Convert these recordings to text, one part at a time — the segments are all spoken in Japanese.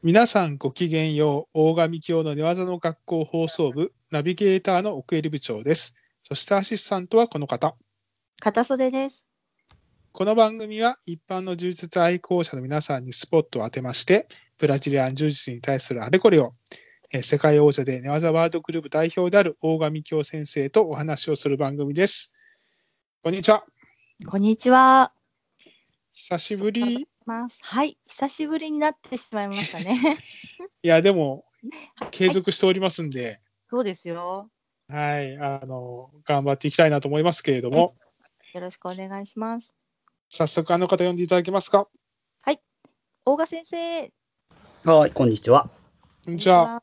皆さんごきげんよう。大神教の寝技の学校放送部ナビゲーターの奥襟部長です。そしてアシスタントはこの方。 片袖です。 この番組は一般の柔術愛好者の皆さんにスポットを当てまして、ブラジリアン柔術に対するあれこれを、世界王者で寝技ワールドグループ代表である大神教先生とお話をする番組です。こんにちは。 こんにちは。 久しぶり。 はい、久しぶりになってしまいましたね。 いや、でも、継続しておりますんで、はい、 そうですよ。 はい、頑張っていきたいなと思いますけれども。 よろしくお願いします。 早速、あの方呼んでいただけますか。 はい、大賀先生。 はい、こんにちは。 こんにちは。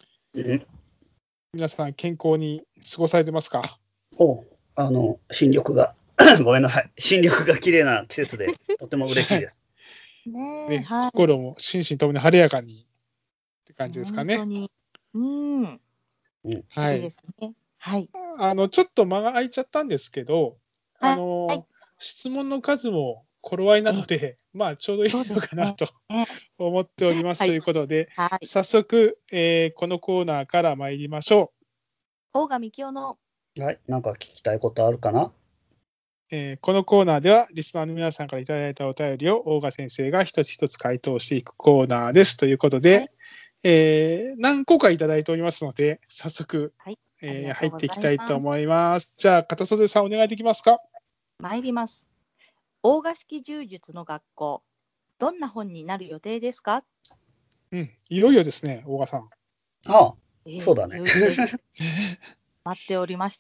皆さん、健康に過ごされてますか。 新緑が、ごめんなさい、新緑が綺麗な季節で、とても嬉しいです。 ね、はい、心も心身ともに晴れやかにって感じですかね。 本当に。 はい。 いいですね。はい。 ちょっと間が空いちゃったんですけど、質問の数も頃合いなので、まあ、ちょうどいいのかなと思っておりますということで、早速、このコーナーから参りましょう。大賀幹雄の。 はい、なんか聞きたいことあるかな。 このコーナーではリスナーの皆さんからいただいたお便りを大賀先生が一つ一つ回答していくコーナーですということで、何個かいただいておりますので早速、入っていきたいと思います。じゃあ片袖さんお願いできますか。 参ります。大賀式柔術の学校、どんな本になる予定ですか。 いよいよですね、大賀さん。 そうだね。 待っておりました。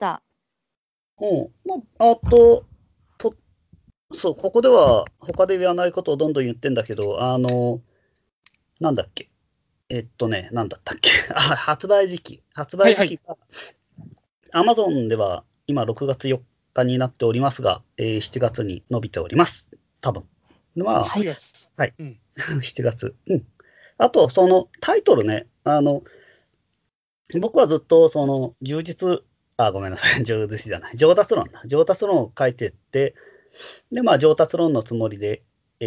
そう、ここでは他で言わないことをどんどん言ってんだけど、なんだっけ、なんだったっけ、発売時期が、Amazon では今6月4日になっておりますが、7月に伸びております、多分。まあ、 7月。 はい、7月。あと、そのタイトルね、僕はずっとそのごめんなさい、上達論を書いてって、で、まあ、上達論のつもりで、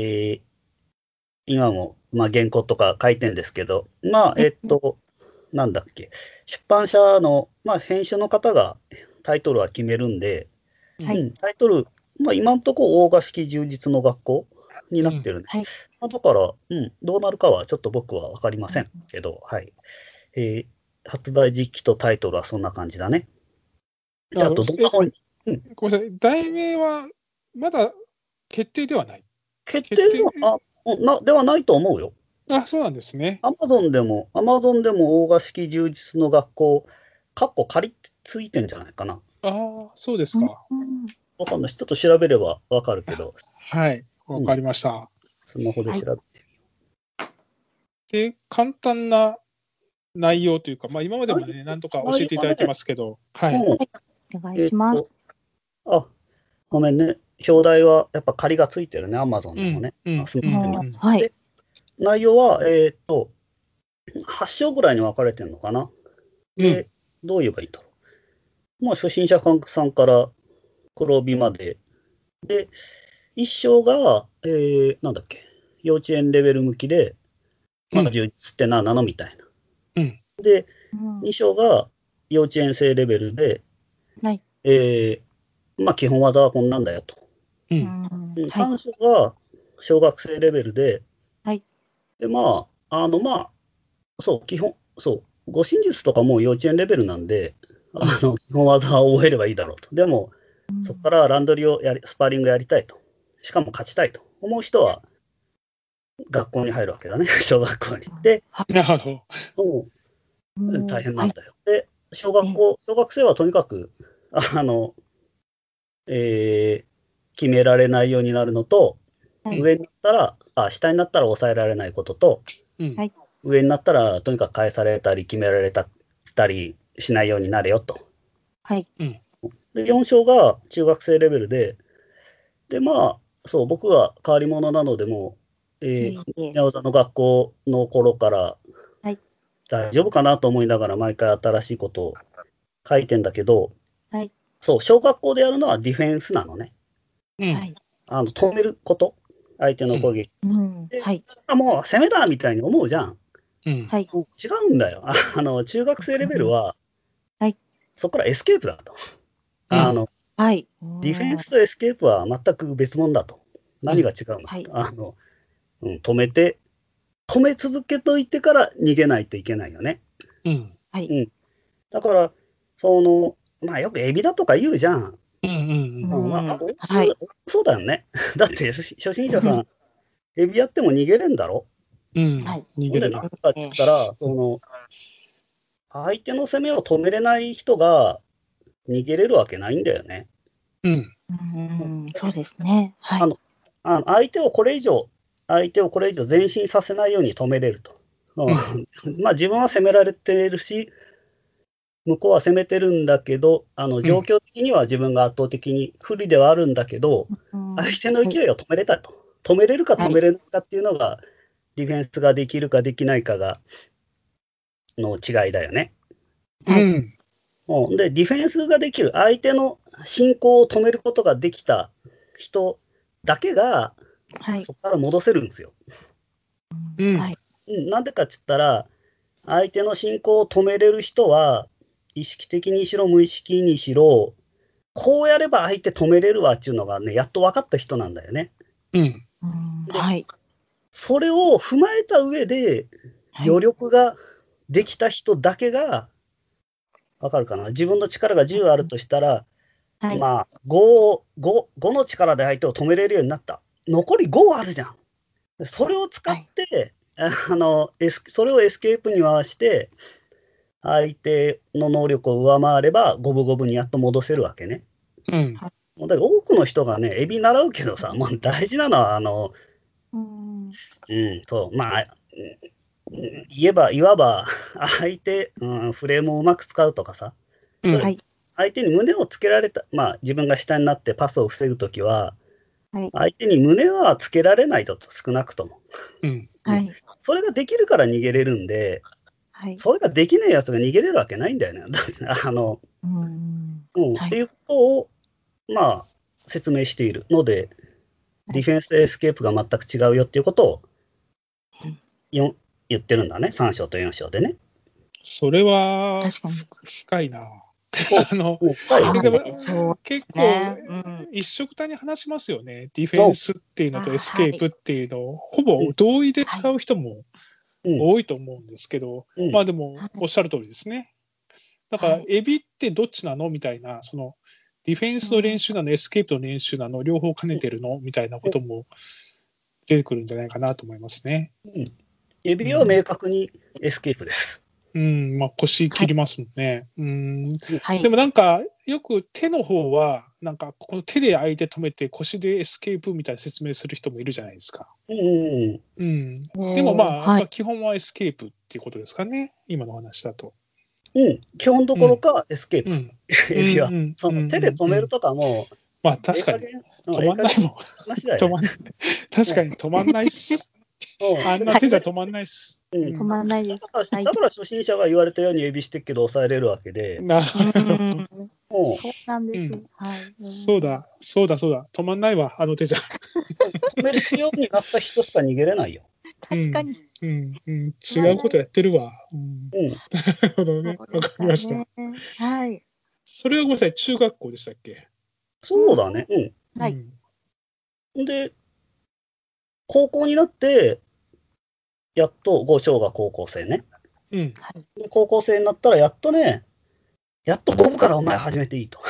今も、まあ、原稿とか書いてるんですけど、まあ、なんだっけ、出版社の、まあ、編集の方がタイトルは決めるんで、タイトル、まあ、今のところ、大賀式柔術の学校になってるんで、だから、どうなるかはちょっと僕は分かりませんけど、はい。発売時期とタイトルはそんな感じだね。あと、どんな本ごめんなさい、題名はまだ決定ではない。 決定ではないと思うよ。 そうなんですね。 Amazon でも大賀式柔術の学校、仮ってついてんじゃないかな。 そうですか。 わかんない。ちょっと調べればわかるけど。 はい、わかりました。 スマホで調べてみよう。で、簡単な内容というか、まあ、今までもね、何とか教えていただいてますけど、 お願いします。 ごめんね。表題はやっぱ仮がついてるね、Amazon でもね。で、内容は、8章ぐらいに分かれてるのかな。で、どう言えばいいんだろう。まあ、初心者さんから黒帯まで。で、1章が、なんだっけ、幼稚園レベル向きで、まあ、柔術って何なのみたいな。で、2章が幼稚園生レベルで、まあ、基本技はこんなんだよと。3章が小学生レベルで、で、まあ、基本、護身術とかも幼稚園レベルなんで、基本技を覚えればいいだろうと。でも、そこからランドリをスパーリングやりたいと。しかも勝ちたいと思う人は、学校に入るわけだね、小学校に。で、大変なんだよ。で、小学生はとにかく、決められないようになるのと、上になったら、下になったら抑えられないことと、上になったらとにかく返されたり決められたりしないようになれよと。で、4章が中学生レベルで、まあ、僕が変わり者なのでも、八百座の学校の頃から、大丈夫かなと思いながら毎回新しいことを書いてんだけど、小学校でやるのはディフェンスなのね。止めること、相手の攻撃。もう攻めだみたいに思うじゃん。 はい。 違うんだよ。中学生レベルは、 はい。 そこからエスケープだと。 はい。 ディフェンスとエスケープは全く別物だと。何が違うの、 はい。 止め続けといてから逃げないといけないよね。 はい。 だから、よくエビだとか言うじゃん。 はい。 そうだよね。だって初心者さん、エビやっても逃げれんだろ。 はい。 逃げれる。なんかって言ったら、相手の攻めを止めれない人が逃げれるわけないんだよね。 そうですね。はい。 相手をこれ以上前進させないように止めれると。自分は攻められてるし、向こうは攻めてるんだけど、状況的には自分が圧倒的に不利ではあるんだけど、相手の勢いを止めれたと。止めれるか止めれないかっていうのが、ディフェンスができるかできないかの違いだよね。で、ディフェンスができる、相手の進行を止めることができた人だけが、そこから戻せるんですよ。なんでかって言ったら、相手の進行を止めれる人は、意識的にしろ無意識にしろ、こうやれば相手止めれるわっていうのがね、やっと分かった人なんだよね。それを踏まえた上で、余力ができた人だけが、分かるかな、自分の力が10あるとしたら、5の力で相手を止めれるようになった。残り5あるじゃん。それを使って、それをエスケープに回して、相手の能力を上回れば、五分五分にやっと戻せるわけね。だから多くの人がね、エビ習うけどさ、大事なのは、いわば、相手、フレームをうまく使うとかさ、相手に胸をつけられた、自分が下になってパスを防ぐときは、相手に胸はつけられないと、少なくとも。それができるから逃げれるんで、それができないやつが逃げれるわけないんだよね。っていうことを、説明しているので、ディフェンスとエスケープが全く違うよっていうことを言ってるんだね、3章と4章でね。 それは深いな。結構、一緒くたに話しますよね。ディフェンスっていうのとエスケープっていうのを、ほぼ同意で使う人も多いと思うんですけど、でも、おっしゃる通りですね。だから、エビってどっちなのみたいな、ディフェンスの練習なの、エスケープの練習なの、両方兼ねてるのみたいなことも出てくるんじゃないかなと思いますね。 エビは明確にエスケープです。 腰切りますもんね。でもなんか、よく手の方は、なんか、この手で相手止めて腰でエスケープみたいな説明する人もいるじゃないですか。でも基本はエスケープっていうことですかね、今の話だと。 基本どころかエスケープ。エビは。手で止めるとかも、 確かに。止まんないもん。確かに止まんないっす。あんな手じゃ止まんないっす。 止まんないです。 だから初心者が言われたようにエビステッキで抑えれるわけで。 そうなんです。 そうだ。止まんないわ、あの手じゃ。 止めるようになった人しか逃げれないよ。 確かに。 違うことやってるわ。なるほどね。わかりました。それはごめんなさい、中学校でしたっけ？ そうだね。で、高校になって、やっと5章が高校生ね。高校生になったら、やっと5部からお前始めていいと。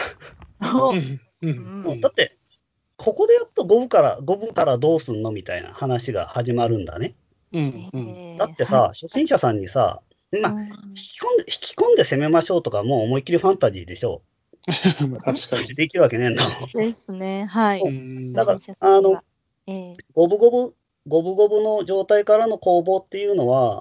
だって、ここでやっと5部からどうすんのみたいな話が始まるんだね。だってさ、初心者さんにさ、引き込んで攻めましょうとか、もう思いっきりファンタジーでしょ。 確かに。 できるわけねえんだもん。ですね。はい。 だから、五分の状態からの攻防っていうのは、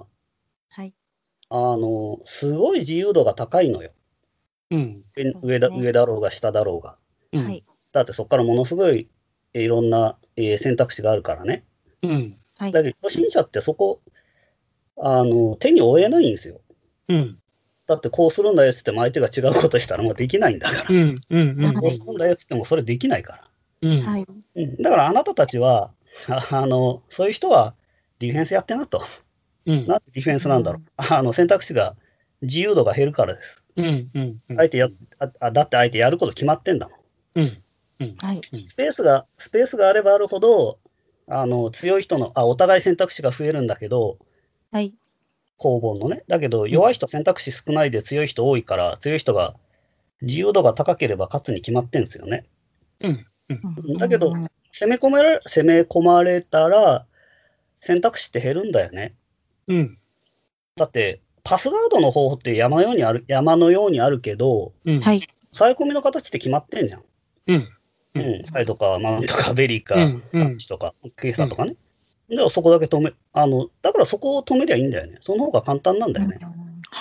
すごい自由度が高いのよ。上だろうが下だろうが。だってそこからものすごいいろんな選択肢があるからね。だけど初心者ってそこ手に負えないんですよ。だってこうするんだよっつっても相手が違うことしたらもうできないんだから。こうするんだよっつってもそれできないから。だからあなたたちはそういう人はディフェンスやってなと。 なんでディフェンスなんだろう。選択肢が、自由度が減るからです。だって相手やること決まってんだもん。スペースがあればあるほど、強い人の、お互い選択肢が増えるんだけど、攻防のね。だけど、弱い人選択肢少ないで強い人多いから、強い人が自由度が高ければ勝つに決まってんですよね。だけど、攻め込まれたら、選択肢って減るんだよね。だって、パスガードの方法って山のようにあるけど、サイコミの形って決まってんじゃん。サイドか、マウントか、ベリーか、タッチとか、ケーサーとかね。ではそこだけだからそこを止めりゃいいんだよね。その方が簡単なんだよね。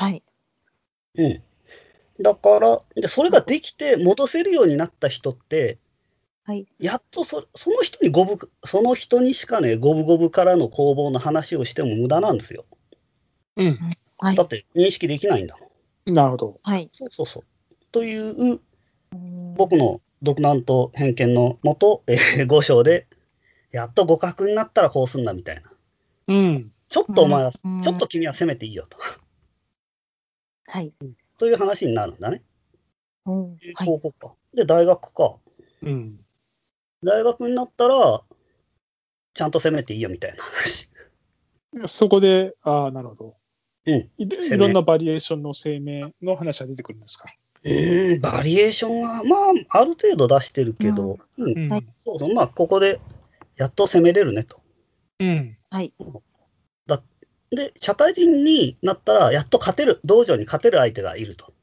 だから、それができて戻せるようになった人って、やっとその人にしかね、五分五分からの攻防の話をしても無駄なんですよ。だって認識できないんだもん。なるほど。 そう。という、僕の独断と偏見のもと、5章で、やっと互角になったらこうすんなみたいな。ちょっと君は攻めていいよと。という話になるんだね。で、大学か。大学になったら、ちゃんと攻めていいよみたいな話。 そこで、なるほど。いろんなバリエーションの声明の話が出てくるんですか。 バリエーションは、ある程度出してるけど、ここでやっと攻めれるねと。で、社会人になったら、やっと道場に勝てる相手がいると。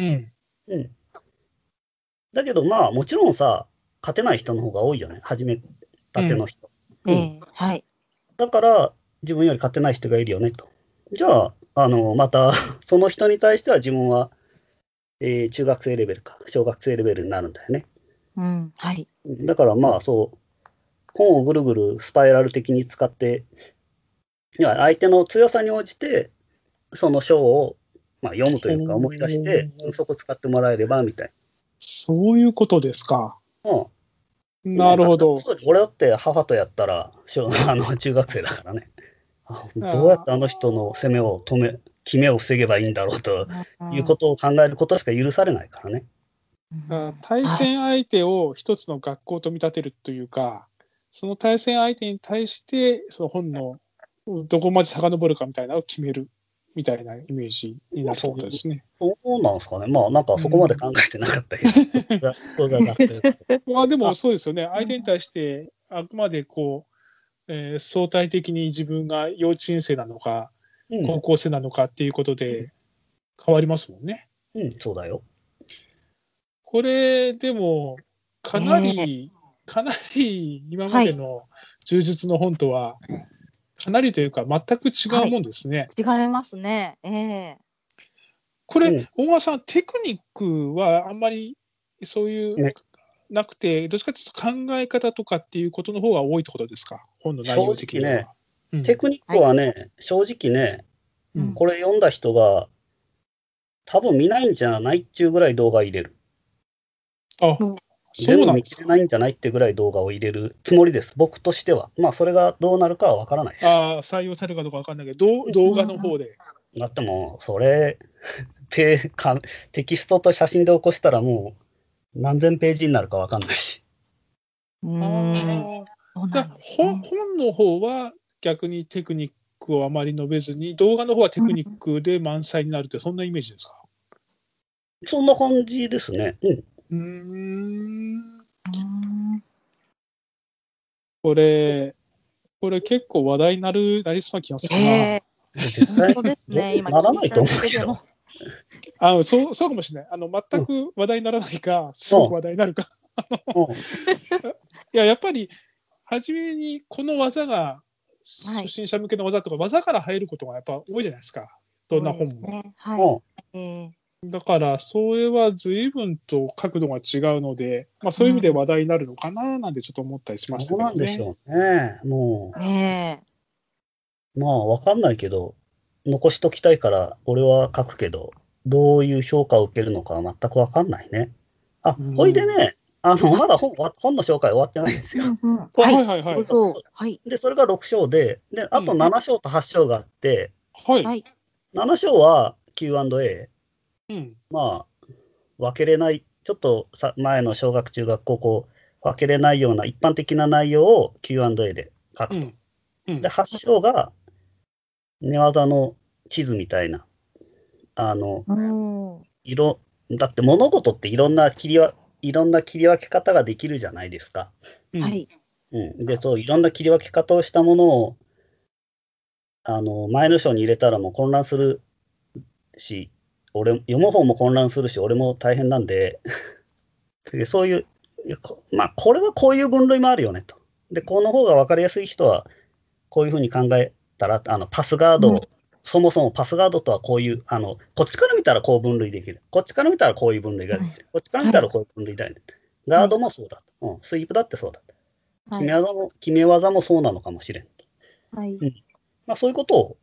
だけど、もちろんさ、勝てない人の方が多いよね、始めたての人。だから、自分より勝てない人がいるよねと。じゃあ、また、その人に対しては自分は、中学生レベルか、小学生レベルになるんだよね。だから、本をぐるぐるスパイラル的に使って、相手の強さに応じて、その章を、読むというか思い出して、そこ使ってもらえればみたいな。 そういうことですか。なるほど。 俺だって母とやったら、中学生だからね。どうやってあの人の攻めを決めを防げばいいんだろうということを考えることしか許されないからね。 対戦相手を一つの学校と見立てるというか、その対戦相手に対して、その本のどこまで遡るかみたいなのを決めるみたいなイメージになるということですね。 そうなんですかね。なんかそこまで考えてなかったけど。 でもそうですよね。相手に対して、あくまで相対的に自分が幼稚園生なのか、高校生なのかっていうことで変わりますもんね。 そうだよ。 これ、でも、かなり今までの柔術の本とは、かなりというか、全く違うもんですね。 違いますね。 これ、大川さん、テクニックはあんまりそういうなくて、どっちかというと考え方とかっていうことの方が多いってことですか、本の内容的には。 テクニックはね、正直ね、これ読んだ人が多分見ないんじゃないっていうぐらい動画入れる。全部見てないんじゃないってぐらい動画を入れるつもりです、僕としては。それがどうなるかは分からないです。 採用されるかどうか分からないけど、動画の方で。 だってもう、それ、テキストと写真で起こしたらもう、何千ページになるか分かんないし。 本の方は逆にテクニックをあまり述べずに、動画の方はテクニックで満載になるって、そんなイメージですか？ そんな感じですね。 これ結構話題になりそうな気がするな。 絶対ならないと思うけど。 そうかもしれない。全く話題にならないか、すごく話題になるか。やっぱり、初めにこの技が、初心者向けの技とか、技から入ることがやっぱ多いじゃないですか。どんな本も。だから、それは随分と角度が違うので、そういう意味で話題になるのかななんてちょっと思ったりしましたけどね。 そうなんでしょうね。もう。わかんないけど、残しときたいから、俺は書くけど、どういう評価を受けるのかは全くわかんないね。ほいでね、 まだ本の紹介終わってないんですよ。 はいはいはい。 はい。 で、それが6章で、あと7章と8章があって、 はい。 7章は Q&A。まあ、分けれない、ちょっと前の小学、中学、高校、分けれないような一般的な内容を Q&A で書くと。で、8章が寝技の地図みたいな。だって物事っていろんな切り分け方ができるじゃないですか。 はい。 で、そう、いろんな切り分け方をしたものを、前の章に入れたらもう混乱するし、読む方も混乱するし、俺も大変なんで、そういう、まあ、これはこういう分類もあるよねと。で、この方が分かりやすい人は、こういうふうに考えたら、パスガード、そもそもパスガードとはこういう、こっちから見たらこう分類できる。こっちから見たらこういう分類ができる。こっちから見たらこういう分類だよね。ガードもそうだと。スイープだってそうだと。決め技もそうなのかもしれんと。まあ、そういうことを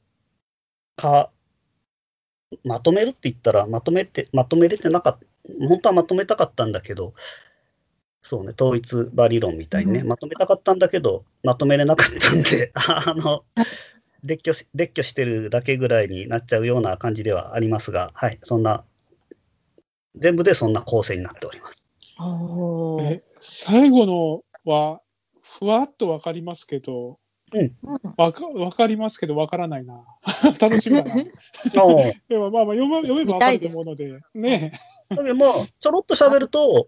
まとめるって言ったら、まとめれてなかった。本当はまとめたかったんだけど、そうね、統一場理論みたいにね、まとめたかったんだけど、まとめれなかったんで、列挙してるだけぐらいになっちゃうような感じではありますが、はい、全部でそんな構成になっております。 最後のは、ふわっとわかりますけど、わかりますけど、わからないな。楽しみだな。でもまあ読めばわかると思うので、ね。 でも、ちょろっと喋ると、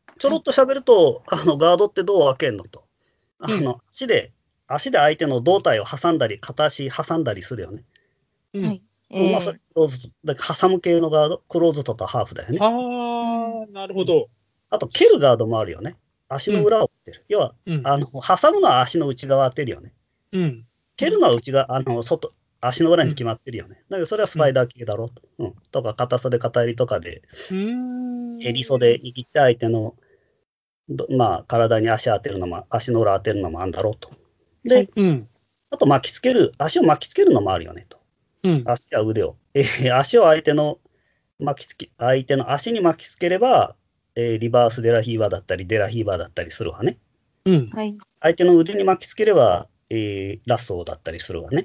ガードってどう分けんのと。足で相手の胴体を挟んだり、片足挟んだりするよね。 はい。 まあ、それだから挟む系のガード、クローズドとハーフだよね。 なるほど。 あと、蹴るガードもあるよね。足の裏を蹴る。要は、挟むのは足の内側当てるよね。蹴るのは内側、足の裏に決まってるよね。だけど、それはスパイダー系だろうと。とか、片袖、片襟とかで、襟袖握って相手の、まあ、体に足の裏当てるのもあるんだろうと。で、あと足を巻きつけるのもあるよねと。足や腕を。足を相手の足に巻きつければ、リバースデラヒーバーだったり、デラヒーバーだったりするわね。相手の腕に巻きつければ、ラッソーだったりするわね。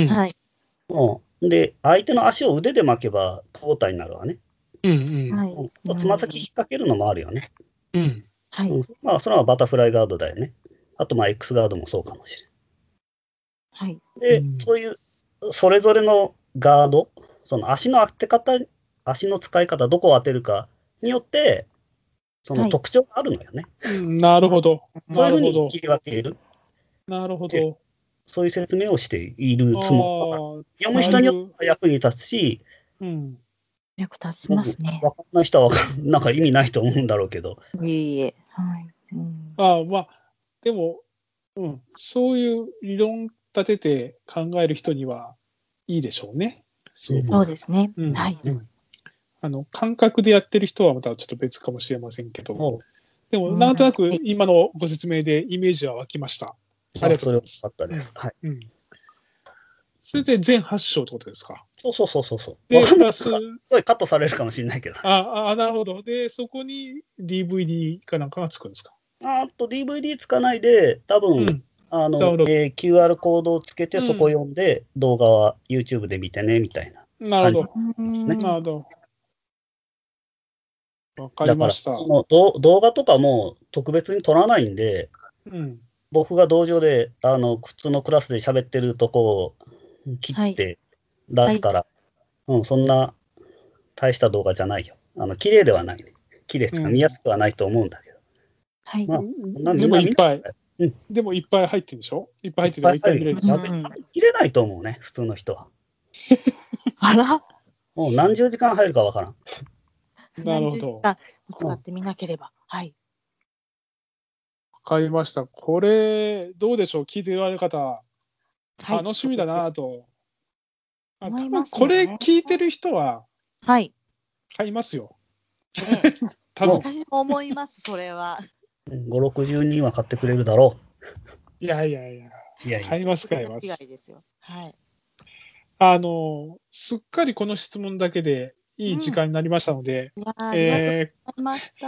で、相手の足を腕で巻けば、交代になるわね。つま先引っ掛けるのもあるよね。まあ、それはバタフライガードだよね。あと、まあ、X ガードもそうかもしれん。で、そういう、それぞれのガード、その足の当て方、足の使い方、どこを当てるかによって、その特徴があるのよね。 なるほど。 そういうふうに切り分ける。 なるほど。 そういう説明をしているつもり。読む人によっては役に立つし、 役立ちますね。 分かんない人はなんか意味ないと思うんだろうけど。 まあ、でも、そういう理論立てて考える人にはいいでしょうね。 そうですね。 感覚でやってる人はまたちょっと別かもしれませんけど、でも、なんとなく今のご説明でイメージは湧きました。ありがとうございます。それで全8章ってことですか？ そう。 で、プラス、すごいカットされるかもしれないけど。 なるほど。で、そこに DVD かなんかがつくんですか ？DVD つかないで、多分、QR コードをつけてそこ読んで、動画は YouTube で見てね、みたいな感じですね。 なるほど。わかりました。 だから動画とかも特別に撮らないんで、僕が道場で普通のクラスで喋ってるとこを切って出すから、そんな大した動画じゃないよ。綺麗ではないね。綺麗ですか、見やすくはないと思うんだけど。まあ、 でもいっぱい。でもいっぱい入ってるでしょ？いっぱい入ってる。いっぱい見れる。 切れないと思うね、普通の人は。 あら？ もう何十時間入るかわからん。 なるほど。 使ってみなければ。わかりました。これ、どうでしょう？聞いておられる方、楽しみだなと。多分これ聞いてる人は、買いますよ。 私も思います、それは。 5、60人は買ってくれるだろう。いや。買います。 ですよ。 すっかりこの質問だけでいい時間になりましたので、 ありがとうございました。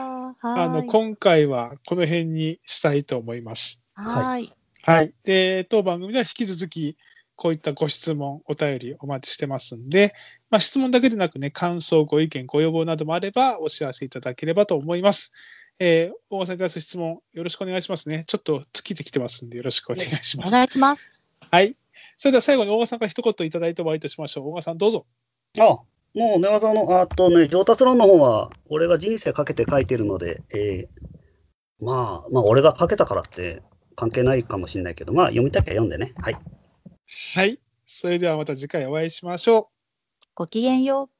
今回はこの辺にしたいと思います。 はい。 はい。で、当番組では引き続き、こういったご質問、お便りお待ちしてますんで、質問だけでなくね、感想、ご意見、ご要望などもあればお知らせいただければと思います。大川さんに対する質問、よろしくお願いしますね。ちょっと尽きてきてますんで、よろしくお願いします。 お願いします。 はい。それでは最後に大川さんから一言いただいて終わりとしましょう。大川さん、どうぞ。 もう寝技の、上達論の方は、俺が人生かけて書いてるので、俺が書けたからって関係ないかもしれないけど、読みたきゃ読んでね。はい。 はい。それではまた次回お会いしましょう。 ごきげんよう。